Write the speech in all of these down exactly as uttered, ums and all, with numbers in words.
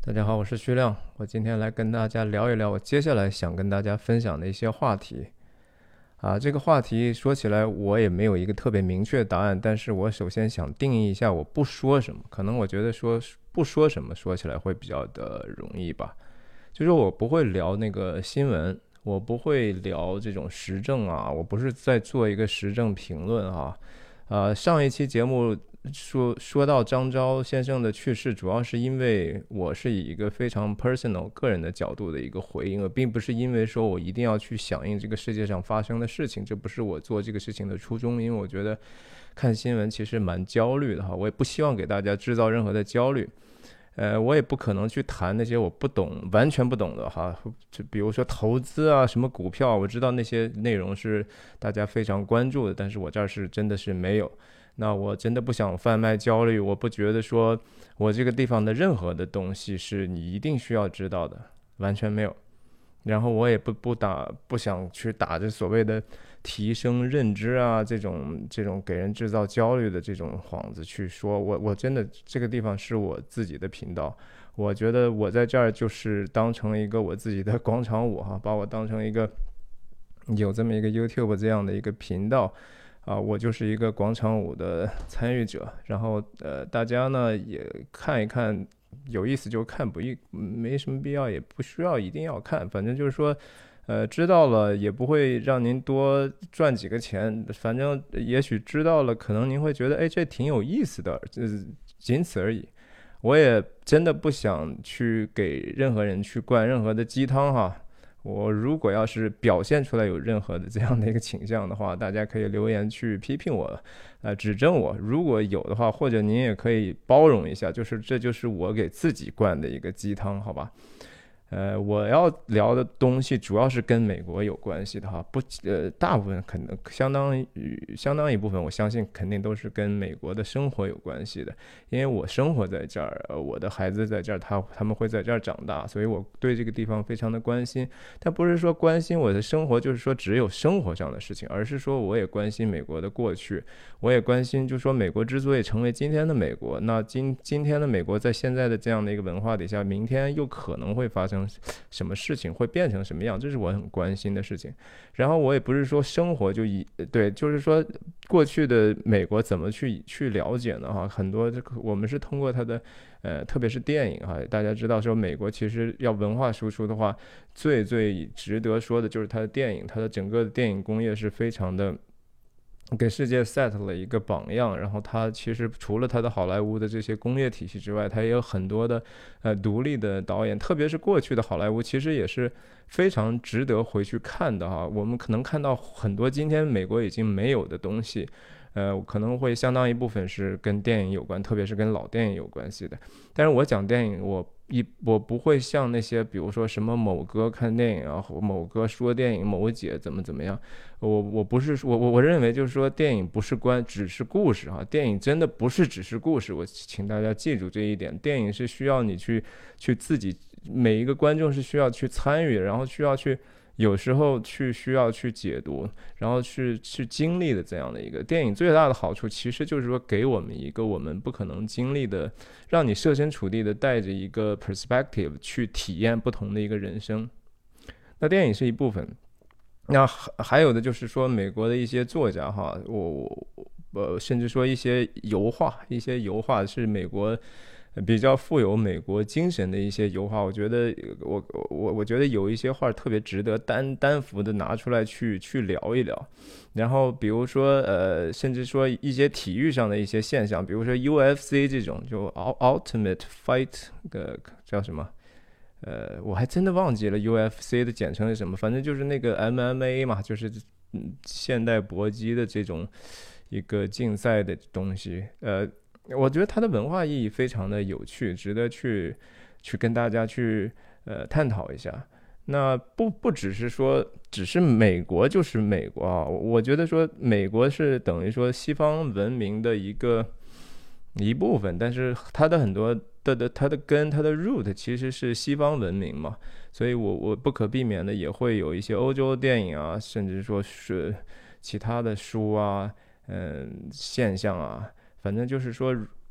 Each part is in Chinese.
大家好，我是徐亮，我今天来跟大家聊一聊我接下来想跟大家分享的一些话题。啊，这个话题说起来我也没有一个特别明确的答案，但是我首先想定义一下我不说什么，可能我觉得说不说什么说起来会比较的容易吧。就是我不会聊那个新闻，我不会聊这种时政啊，我不是在做一个时政评论啊。呃，上一期节目说说到张昭先生的去世，主要是因为我是以一个非常 personal 个人的角度的一个回应，而并不是因为说我一定要去响应这个世界上发生的事情，这不是我做这个事情的初衷。因为我觉得看新闻其实蛮焦虑的哈，我也不希望给大家制造任何的焦虑。呃，我也不可能去谈那些我不懂、完全不懂的哈，就比如说投资啊，什么股票，我知道那些内容是大家非常关注的，但是我这儿是真的是没有。那我真的不想贩卖焦虑，我不觉得说我这个地方的任何的东西是你一定需要知道的，完全没有。然后我也不不打不想去打着所谓的提升认知啊这种这种给人制造焦虑的这种幌子去说，我我真的这个地方是我自己的频道，我觉得我在这儿就是当成一个我自己的广场舞哈，把我当成一个有这么一个 YouTube 这样的一个频道。啊，我就是一个广场舞的参与者，然后呃，大家呢也看一看，有意思就看，不一没什么必要，也不需要一定要看，反正就是说，呃，知道了也不会让您多赚几个钱，反正也许知道了，可能您会觉得，哎，这挺有意思的，这仅此而已。我也真的不想去给任何人去灌任何的鸡汤哈。我如果要是表现出来有任何的这样的一个倾向的话，大家可以留言去批评我，呃，指正我。如果有的话，或者您也可以包容一下，就是这就是我给自己灌的一个鸡汤，好吧？呃，我要聊的东西主要是跟美国有关系的哈，不，呃，大部分可能相当于相当一部分，我相信肯定都是跟美国的生活有关系的，因为我生活在这儿，呃，我的孩子在这儿，他他们会在这儿长大，所以我对这个地方非常的关心。但不是说关心我的生活，就是说只有生活上的事情，而是说我也关心美国的过去，我也关心，就是说美国之所以成为今天的美国，那今今天的美国在现在的这样的一个文化底下，明天又可能会发生什么事情，会变成什么样，这是我很关心的事情。然后我也不是说生活就以对，就是说过去的美国怎么去去了解呢？哈，很多这个我们是通过它的呃，特别是电影哈，大家知道说美国其实要文化输出的话，最最值得说的就是它的电影，它的整个的电影工业是非常的。给世界 set 了一个榜样，然后它其实除了它的好莱坞的这些工业体系之外，它也有很多的呃独立的导演，特别是过去的好莱坞，其实也是非常值得回去看的哈。我们可能看到很多今天美国已经没有的东西，呃，可能会相当一部分是跟电影有关，特别是跟老电影有关系的。但是我讲电影，我一我不会像那些比如说什么某哥看电影啊，某哥说电影，某姐怎么怎么样。我我不是我我我认为就是说电影不是关只是故事哈，电影真的不是只是故事，我请大家记住这一点，电影是需要你去去自己每一个观众是需要去参与，然后需要去有时候去需要去解读，然后去去经历的这样的一个电影最大的好处，其实就是说给我们一个我们不可能经历的，让你设身处地的带着一个 perspective 去体验不同的一个人生。那电影是一部分。那还有的就是说，美国的一些作家哈，我我呃，甚至说一些油画，一些油画是美国比较富有美国精神的一些油画，我觉得我我我觉得有一些画特别值得单单幅的拿出来去去聊一聊。然后比如说呃，甚至说一些体育上的一些现象，比如说 U F C 这种就 Ultimate Fight 的叫什么？呃，我还真的忘记了 U F C 的简称是什么，反正就是那个 M M A 嘛，就是嗯现代搏击的这种一个竞赛的东西。呃，我觉得它的文化意义非常的有趣，值得去去跟大家去呃探讨一下。那不不只是说只是美国就是美国啊，我觉得说美国是等于说西方文明的一个一部分，但是它的很多的的它的根它的 root 其实是西方文明嘛，所以我我不可避免的也会有一些欧洲电影啊，甚至说是其他的书啊，嗯，现象啊，反正就是说。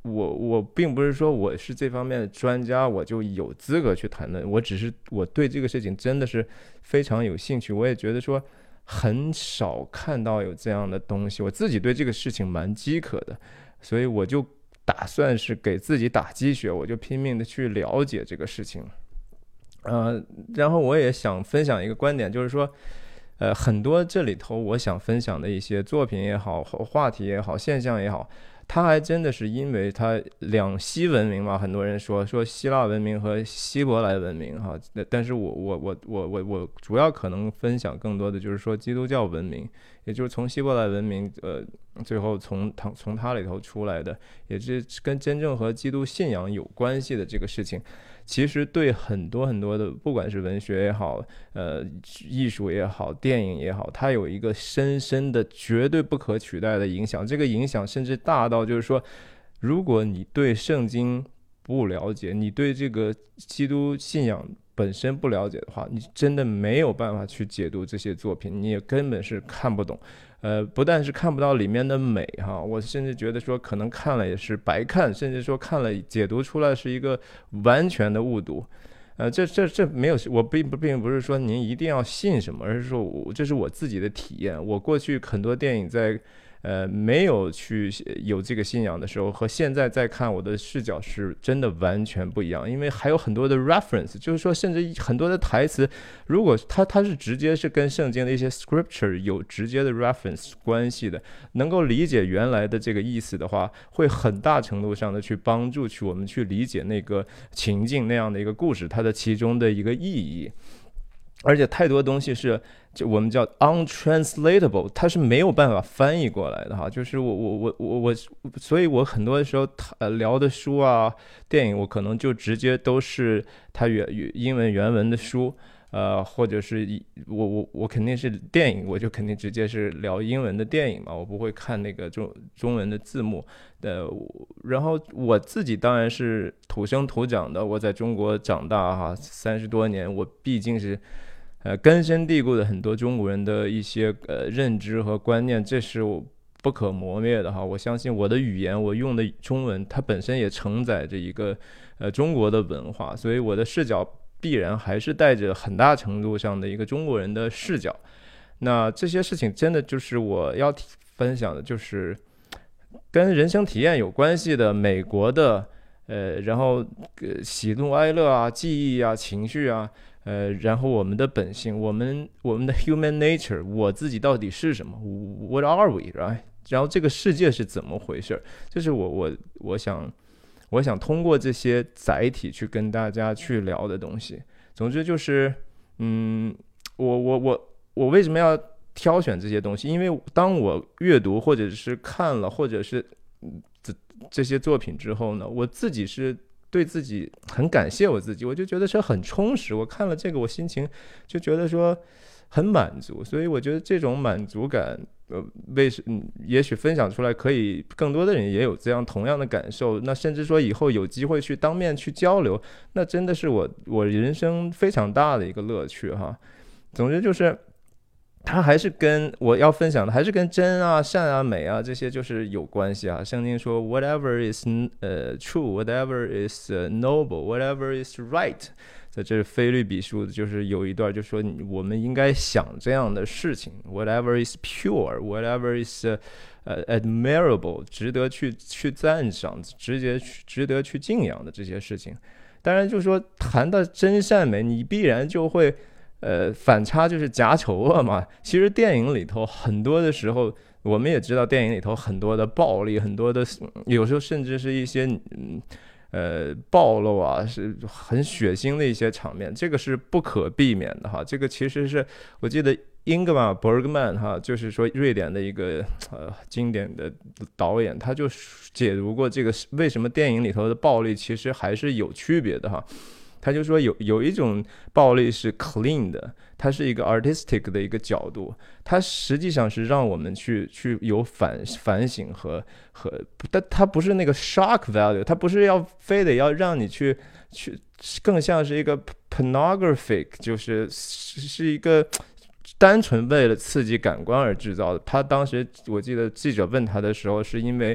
我我并不是说我是这方面的专家，我就有资格去谈论。我只是我对这个事情真的是非常有兴趣，我也觉得说很少看到有这样的东西，我自己对这个事情蛮饥渴的，所以我就打算是给自己打鸡血，我就拼命的去了解这个事情。呃，然后我也想分享一个观点，就是说。呃，很多这里头我想分享的一些作品也好，话题也好，现象也好，它还真的是因为它两西文明嘛，很多人说说希腊文明和希伯来文明哈，但是我我我我我我主要可能分享更多的就是说基督教文明，也就是从希伯来文明呃最后从它从它里头出来的，也是跟真正和基督信仰有关系的这个事情。其实对很多很多的，不管是文学也好，呃，艺术也好，电影也好，它有一个深深的、绝对不可取代的影响。这个影响甚至大到，就是说，如果你对圣经不了解，你对这个基督信仰本身不了解的话，你真的没有办法去解读这些作品，你也根本是看不懂。呃，不但是看不到里面的美哈，我甚至觉得说可能看了也是白看，甚至说看了解读出来是一个完全的误读。呃，这这这没有，我并不并不是说您一定要信什么，而是说我这是我自己的体验。我过去很多电影在。呃，没有去有这个信仰的时候，和现在再看我的视角是真的完全不一样，因为还有很多的 reference， 就是说，甚至很多的台词，如果它它是直接是跟圣经的一些 scripture 有直接的 reference 关系的，能够理解原来的这个意思的话，会很大程度上的去帮助去我们去理解那个情境那样的一个故事，它的其中的一个意义。而且太多东西是就我们叫 untranslatable， 它是没有办法翻译过来的哈。就是我我我我我，所以我很多时候呃聊的书啊、电影，我可能就直接都是它原英文原文的书，呃，或者是我我我肯定是电影，我就肯定直接是聊英文的电影嘛，我不会看那个中中文的字幕。呃，然后我自己当然是土生土长的，我在中国长大哈，三十多年，我毕竟是。呃，根深蒂固的很多中国人的一些呃认知和观念，这是我不可磨灭的哈。我相信我的语言，我用的中文，它本身也承载着一个呃中国的文化，所以我的视角必然还是带着很大程度上的一个中国人的视角。那这些事情真的就是我要分享的，就是跟人生体验有关系的美国的呃，然后呃喜怒哀乐啊、记忆啊、情绪啊。呃，然后我们的本性，我们我们的 human nature， 我自己到底是什么 ？What are we, right？ 然后这个世界是怎么回事？这是我我我想我想通过这些载体去跟大家去聊的东西。总之就是，嗯，我我我我为什么要挑选这些东西？因为当我阅读或者是看了或者是这这些作品之后呢，我自己是。对自己很感谢我自己，我就觉得是很充实。我看了这个，我心情就觉得说很满足，所以我觉得这种满足感，呃，为什嗯，也许分享出来，可以更多的人也有这样同样的感受。那甚至说以后有机会去当面去交流，那真的是我我人生非常大的一个乐趣哈。总之就是。它还是跟我要分享的，还是跟真啊、善啊、美啊这些就是有关系啊。圣经说 ，whatever is 呃 true，whatever is noble，whatever is right， 在这是菲律比书，就是有一段就说我们应该想这样的事情 ，whatever is pure，whatever is 呃 admirable， 值得去去赞赏，直接值得去敬仰的这些事情。当然，就是说谈到真善美，你必然就会。呃，反差就是假丑恶嘛。其实电影里头很多的时候，我们也知道电影里头很多的暴力，很多的有时候甚至是一些嗯呃暴露啊，是很血腥的一些场面，这个是不可避免的哈。这个其实是我记得英格玛·伯格曼哈，就是说瑞典的一个呃经典的导演，他就解读过这个为什么电影里头的暴力其实还是有区别的哈。他就说有有一种暴力是 clean 的，它是一个 artistic 的一个角度，它实际上是让我们去去有反反省和和，但它不是那个 shock value， 它不是要非得要让你去去，更像是一个 pornographic， 就是是一个单纯为了刺激感官而制造的。他当时我记得记者问他的时候，是因为。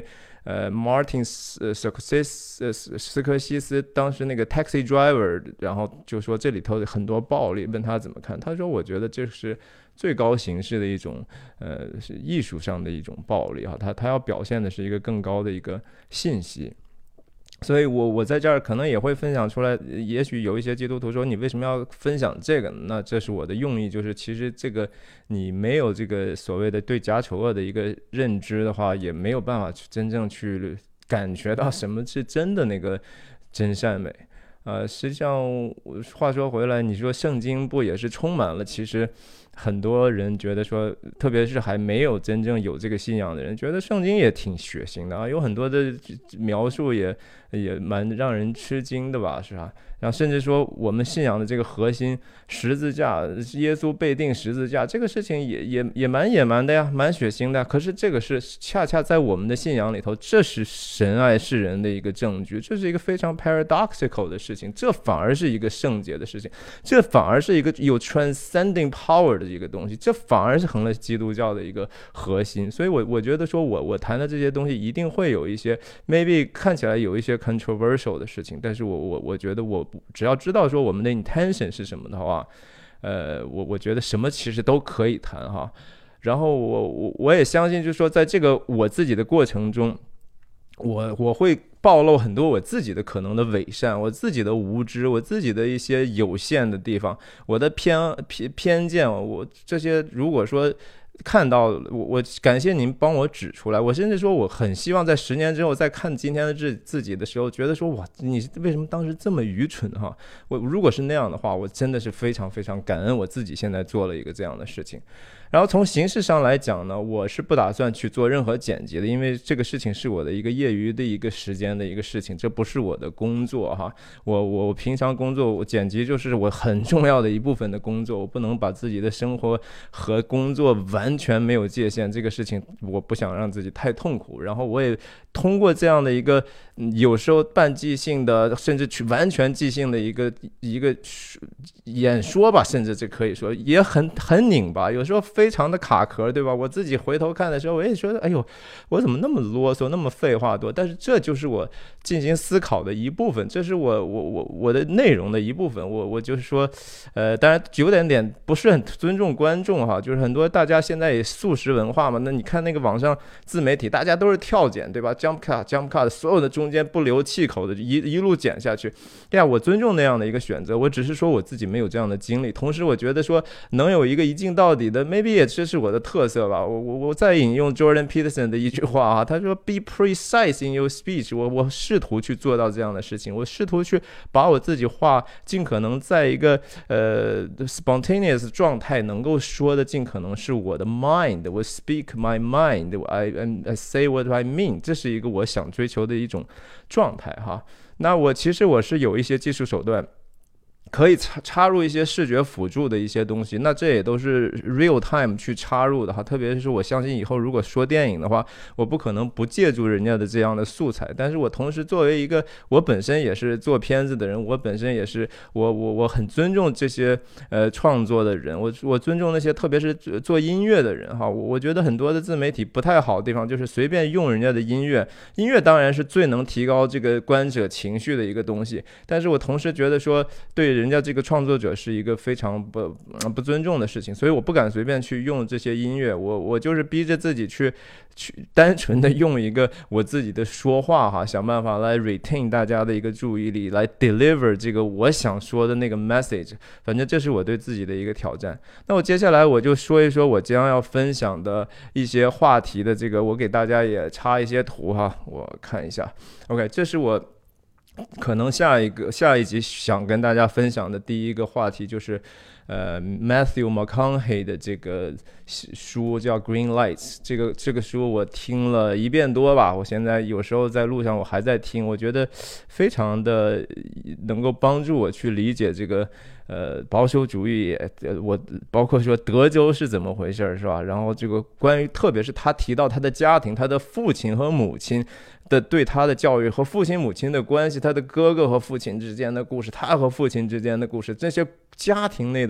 呃，Martin 斯斯科西斯斯科西斯当时那个 Taxi Driver， 然后就说这里头很多暴力，问他怎么看，他说我觉得这是最高形式的一种，呃，是艺术上的一种暴力哈，他他要表现的是一个更高的一个信息。所以我我在这儿可能也会分享出来，也许有一些基督徒说你为什么要分享这个？那这是我的用意，就是其实这个你没有这个所谓的对假丑恶的一个认知的话，也没有办法去真正去感觉到什么是真的那个真善美。呃，实际上话说回来，你说圣经不也是充满了其实很多人觉得说，特别是还没有真正有这个信仰的人，觉得圣经也挺血腥的啊，有很多的描述也也蛮让人吃惊的吧，是吧？然后甚至说我们信仰的这个核心十字架，耶稣被钉十字架这个事情也也也蛮野蛮的呀，蛮血腥的。可是这个是恰恰在我们的信仰里头，这是神爱世人的一个证据，这是一个非常 paradoxical 的事情，这反而是一个圣洁的事情，这反而是一个有 transcending power 的一个东西，这反而是成了基督教的一个核心。所以我我觉得说我我谈的这些东西一定会有一些 maybe 看起来有一些 controversial 的事情，但是我我我觉得我只要知道说我们的 intention 是什么的话，呃，我我觉得什么其实都可以谈哈。然后我我我也相信，就是说在这个我自己的过程中，我我会暴露很多我自己的可能的伪善，我自己的无知，我自己的一些有限的地方，我的偏偏偏见，我这些如果说看到我，我感谢您帮我指出来。我甚至说，我很希望在十年之后再看今天的自自己的时候，觉得说，哇，你为什么当时这么愚蠢哈？我如果是那样的话，我真的是非常非常感恩我自己现在做了一个这样的事情。然后从形式上来讲呢，我是不打算去做任何剪辑的，因为这个事情是我的一个业余的一个时间的一个事情，这不是我的工作哈。我我平常工作，我剪辑就是我很重要的一部分的工作，我不能把自己的生活和工作完全没有界限，这个事情我不想让自己太痛苦。然后我也通过这样的一个有时候半即兴的，甚至去完全即兴的一个一个演说吧，甚至这可以说也很很拧巴，有时候非常的卡壳，对吧？我自己回头看的时候，我也觉得，哎呦，我怎么那么啰嗦，那么废话多？但是这就是我进行思考的一部分，这是我我我我的内容的一部分。我我就是说，呃，当然有点点不是很尊重观众哈，就是很多大家现在也速食文化嘛，那你看那个网上自媒体，大家都是跳剪，对吧 ？jump cut jump cut， 所有的中间不留气口的一一路剪下去。对呀，我尊重那样的一个选择，我只是说我自己没有这样的经历。同时，我觉得说能有一个一镜到底的 ，maybe 也这是我的特色吧。我我我再引用 Jordan Peterson 的一句话啊，他说 "Be precise in your speech"， 我我试图去做到这样的事情，我试图去把我自己话尽可能在一个呃 spontaneous 状态能够说的尽可能是我的 mind， 我 speak my mind，I I say what I mean， 这是一个我想追求的一种状态哈。那我其实我是有一些技术手段，可以插插入一些视觉辅助的一些东西，那这也都是 real time 去插入的哈。特别是我相信以后如果说电影的话，我不可能不借助人家的这样的素材。但是我同时作为一个我本身也是做片子的人，我本身也是我我我很尊重这些呃创作的人，我我尊重那些特别是做音乐的人哈。我我觉得很多的自媒体不太好的地方就是随便用人家的音乐，音乐当然是最能提高这个观者情绪的一个东西，但是我同时觉得说对人家这个创作者是一个非常不不尊重的事情，所以我不敢随便去用这些音乐，我我就是逼着自己去去单纯的用一个我自己的说话哈，想办法来 retain 大家的一个注意力，来 deliver 这个我想说的那个 message， 反正这是我对自己的一个挑战。那我接下来我就说一说我将要分享的一些话题的这个，我给大家也插一些图哈，我看一下 OK， 这是我可能下一个下一集想跟大家分享的第一个话题就是，呃 ，Matthew McConaughey 的这个书叫《Green Lights》，这个这个书我听了一遍多吧，我现在有时候在路上我还在听，我觉得非常的能够帮助我去理解这个呃保守主义，呃我包括说德州是怎么回事是吧？然后这个关于特别是他提到他的家庭，他的父亲和母亲的对他的教育和父亲母亲的关系，他的哥哥和父亲之间的故事，他和父亲之间的故事，这些家庭内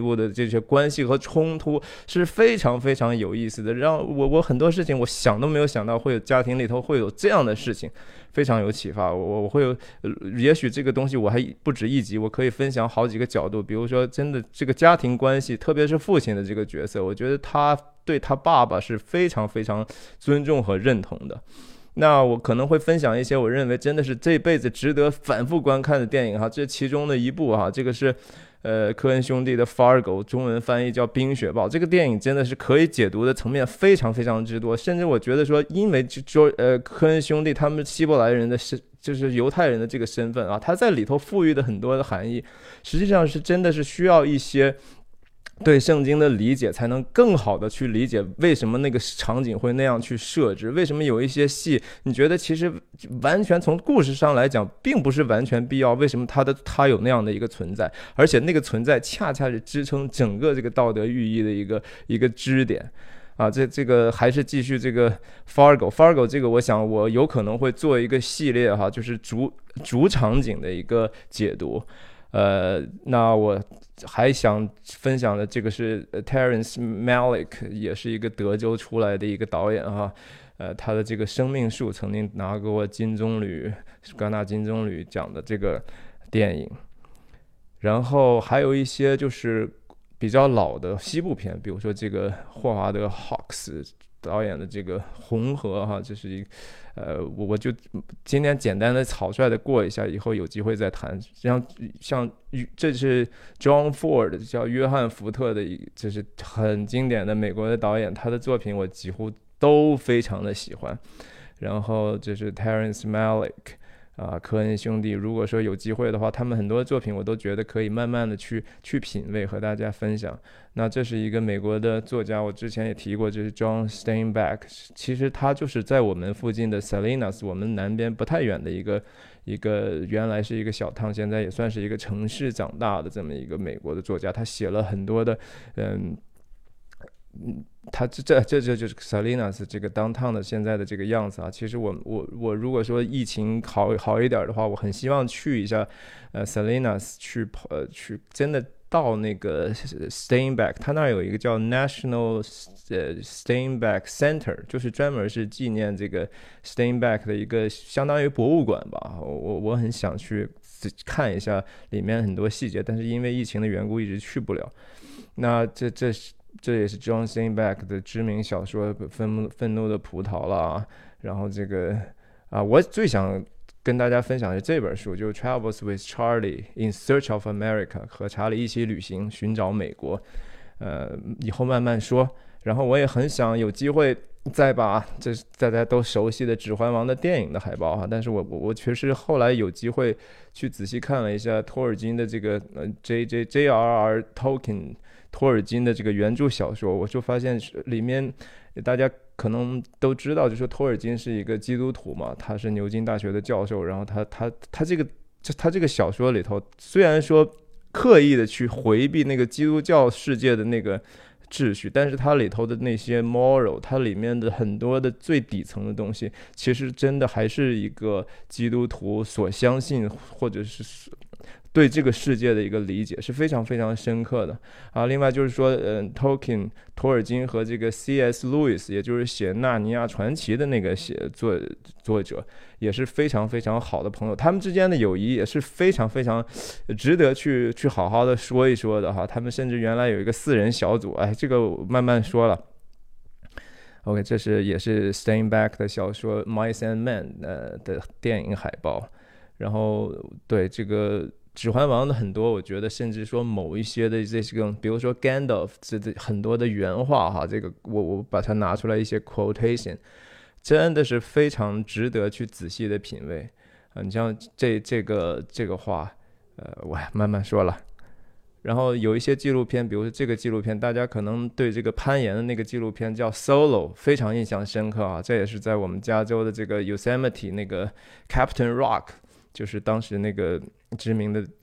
部的这些关系和冲突是非常非常有意思的，让我我很多事情我想都没有想到会有家庭里头会有这样的事情，非常有启发。我我会有，也许这个东西我还不止一集，我可以分享好几个角度。比如说，真的这个家庭关系，特别是父亲的这个角色，我觉得他对他爸爸是非常非常尊重和认同的。那我可能会分享一些我认为真的是这辈子值得反复观看的电影哈，这其中的一部哈，这个是呃科恩兄弟的《Fargo》，中文翻译叫《冰雪暴》。这个电影真的是可以解读的层面非常非常之多，甚至我觉得说，因为就呃科恩兄弟他们希伯来人的身，就是犹太人的这个身份啊，他在里头赋予的很多的含义，实际上是真的是需要一些对圣经的理解，才能更好的去理解为什么那个场景会那样去设置，为什么有一些戏你觉得其实完全从故事上来讲并不是完全必要，为什么它的它有那样的一个存在，而且那个存在恰恰是支撑整个这个道德寓意的一个一个支点啊。这这个还是继续这个 Fargo Fargo 这个我想我有可能会做一个系列哈，就是主主场景的一个解读。呃，那我还想分享的这个是 Terrence Malick， 也是一个德州出来的一个导演哈。呃，他的这个生命树曾经拿过金棕榈戛纳金棕榈奖的这个电影。然后还有一些就是比较老的西部片，比如说这个霍华德·霍克斯导演的这个《红河》哈，这是一呃，我我就今天简单的草率的过一下，以后有机会再谈。像像这是 John Ford， 叫约翰福特的一，这是很经典的美国的导演，他的作品我几乎都非常的喜欢。然后这是 Terrence Malick。啊，科恩兄弟，如果说有机会的话，他们很多作品我都觉得可以慢慢的去去品味和大家分享。那这是一个美国的作家，我之前也提过，就是 John Steinbeck， 其实他就是在我们附近的 Salinas， 我们南边不太远的一个一个原来是一个小汤，现在也算是一个城市长大的这么一个美国的作家，他写了很多的嗯。嗯，他这这这这就是 Salinas 这个 downtown 的现在的这个样子啊。其实我我我如果说疫情好好一点的话，我很希望去一下呃 Salinas， 去呃去真的到那个 Steinbeck， 他那儿有一个叫 National 呃 Steinbeck Center， 就是专门是纪念这个 Steinbeck 的一个相当于博物馆吧。我我我很想去看一下里面很多细节，但是因为疫情的缘故一直去不了。那这这是。这也是 John Steinbeck 的知名小说《愤愤怒的葡萄》了啊。然后这个啊，我最想跟大家分享的这本书，就是 Travels with Charlie in Search of America， 和查理一起旅行，寻找美国。呃，以后慢慢说。然后我也很想有机会再把这大家都熟悉的《指环王》的电影的海报哈，但是我我我确实后来有机会去仔细看了一下托尔金的这个呃 J J J R R Tolkien。托尔金的这个原著小说，我就发现里面大家可能都知道，就说托尔金是一个基督徒嘛，他是牛津大学的教授，然后他他他这个他这个小说里头，虽然说刻意的去回避那个基督教世界的那个秩序，但是它里头的那些 moral， 它里面的很多的最底层的东西，其实真的还是一个基督徒所相信或者是对这个世界的一个理解是非常非常深刻的啊。另外就是说，嗯 ，Tolkien 托尔金和这个 C S Lewis， 也就是写《纳尼亚传奇》的那个写作作者，也是非常非常好的朋友。他们之间的友谊也是非常非常值得去去好好的说一说的哈。他们甚至原来有一个四人小组，哎，这个我慢慢说了。OK， 这是也是 Steinbeck 的小说《Mice and Men》呃的电影海报。然后对这个。指环王的很多，我觉得甚至说某一些的这个，比如说 Gandalf 这很多的原话哈，这个我我把它拿出来一些 quotation， 真的是非常值得去仔细的品味啊。你像这这个这个话，呃，我慢慢说了。然后有一些纪录片，比如说这个纪录片，大家可能对这个攀岩的那个纪录片叫 Solo 非常印象深刻啊。这也是在我们加州的这个 Yosemite 那个 Captain Rock。就是当时那个知名的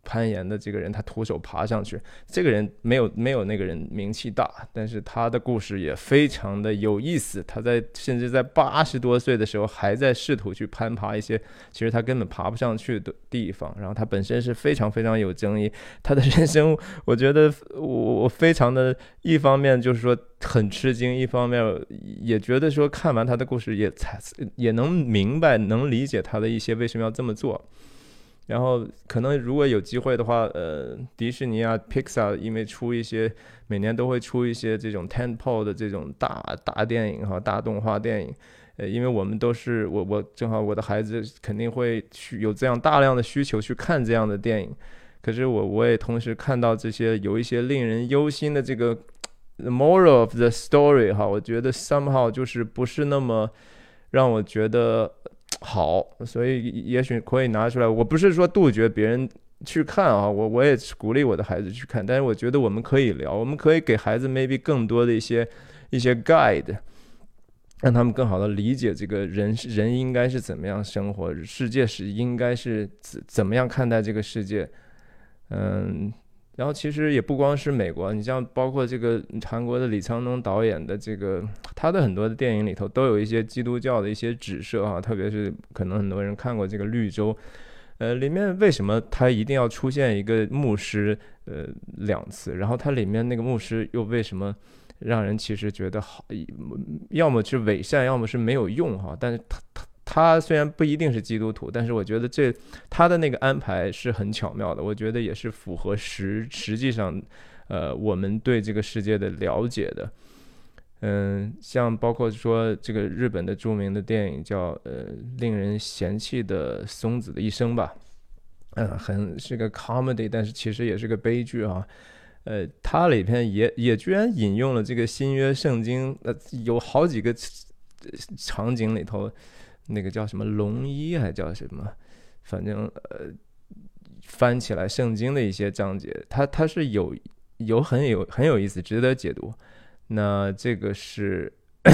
攀岩的这个人，他徒手爬上去，这个人没有没有那个人名气大，但是他的故事也非常的有意思。他在甚至在八十多岁的时候还在试图去攀爬一些其实他根本爬不上去的地方，然后他本身是非常非常有争议。他的人生，我觉得我我非常的，一方面就是说很吃惊，一方面也觉得说看完他的故事也才也能明白能理解他的一些为什么要这么做。然后可能如果有机会的话，呃，迪士尼啊 Pixar 因为出一些每年都会出一些这种 tentpole 的这种大大电影哈，大动画电影。呃，因为我们都是我我正好我的孩子肯定会去有这样大量的需求去看这样的电影，可是我我也同时看到这些有一些令人忧心的这个 the moral of the story 哈，我觉得 somehow 就是不是那么让我觉得好，所以也许可以拿出来。我不是说杜绝别人去看啊，我我也鼓励我的孩子去看，但是我觉得我们可以聊，我们可以给孩子 maybe 更多的一些一些 guide， 让他们更好的理解这个人人应该是怎么样生活，世界是应该是怎怎么样看待这个世界。嗯，然后其实也不光是美国，你像包括这个韩国的李沧东导演的这个，他的很多的电影里头都有一些基督教的一些指涉哈，特别是可能很多人看过这个绿洲，呃，里面为什么他一定要出现一个牧师呃两次，然后他里面那个牧师又为什么让人其实觉得好，要么是伪善，要么是没有用哈，但是他他。他虽然不一定是基督徒，但是我觉得这他的那个安排是很巧妙的，我觉得也是符合实实际上，呃，我们对这个世界的了解的。嗯，像包括说这个日本的著名的电影叫呃令人嫌弃的松子的一生吧，嗯，很是个 comedy， 但是其实也是个悲剧啊。呃，它里边也也居然引用了这个新约圣经，呃，有好几个场景里头。那个叫什么龙一还叫什么，反正呃翻起来圣经的一些章节，它它是有有很有很有意思，值得解读。那这个是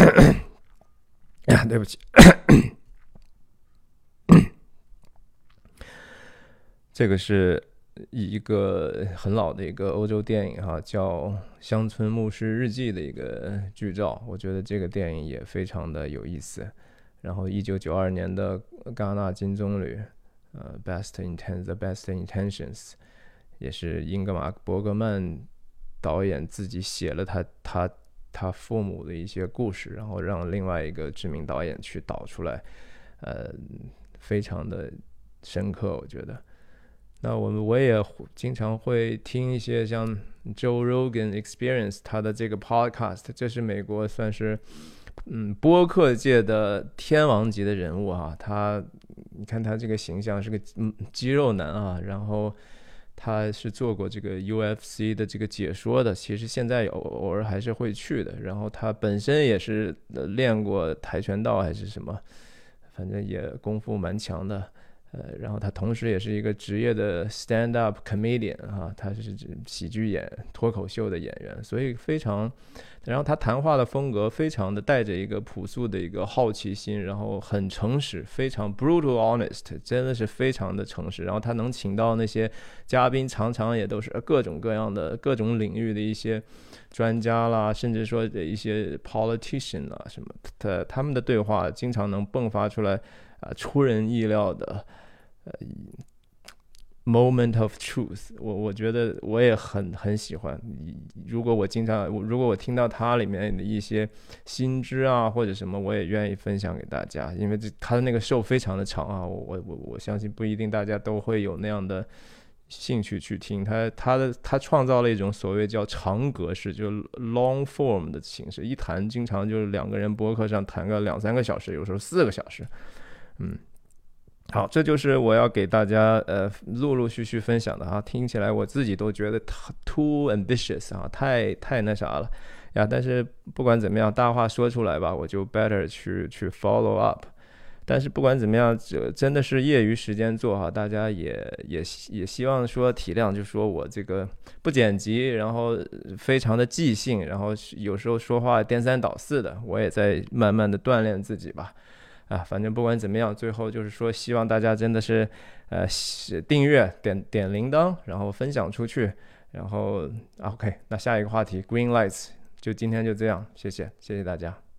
啊，对不起，这个是一个很老的一个欧洲电影哈，叫《乡村牧师日记》的一个剧照，我觉得这个电影也非常的有意思。然后，一九九二年的戛纳金棕榈，呃 ，Best Inten The Best Intentions， 也是英格玛·伯格曼导演自己写了他他他父母的一些故事，然后让另外一个知名导演去导出来，呃，非常的深刻，我觉得。那我们我也经常会听一些像 Joe Rogan Experience 他的这个 podcast， 这是美国算是。嗯，播客界的天王级的人物啊，他，你看他这个形象是个嗯肌肉男啊，然后他是做过这个 U F C 的这个解说的，其实现在偶偶尔还是会去的。然后他本身也是练过跆拳道还是什么，反正也功夫蛮强的。呃，然后他同时也是一个职业的 stand-up comedian 啊，他是喜剧演脱口秀的演员，所以非常，然后他谈话的风格非常的带着一个朴素的一个好奇心，然后很诚实，非常 brutal honest， 真的是非常的诚实。然后他能请到那些嘉宾，常常也都是各种各样的各种领域的一些专家啦，甚至说一些 politician 啊什么的，他们的对话经常能迸发出来啊、呃、出人意料的。呃 ，moment of truth， 我我觉得我也很很喜欢。如果我经常，如果我听到它里面的一些新知啊或者什么，我也愿意分享给大家，因为这它的那个 show 非常的长啊，我我我相信不一定大家都会有那样的兴趣去听。它它的它创造了一种所谓叫长格式，就是 long form 的形式，一谈经常就是两个人播客上谈个两三个小时，有时候四个小时，嗯。好，这就是我要给大家呃陆陆续续分享的哈，听起来我自己都觉得 too ambitious 啊，太太那啥了呀。但是不管怎么样，大话说出来吧，我就 better 去去 follow up。但是不管怎么样，这真的是业余时间做哈，大家也也也希望说体谅，就说我这个不剪辑，然后非常的即兴，然后有时候说话颠三倒四的，我也在慢慢的锻炼自己吧。 啊，反正不管怎么样，最后就是说，希望大家真的是，呃，订阅、点点铃铛，然后分享出去，然后 OK，那下一个话题 Green Lights，就今天就这样，谢谢，谢谢大家。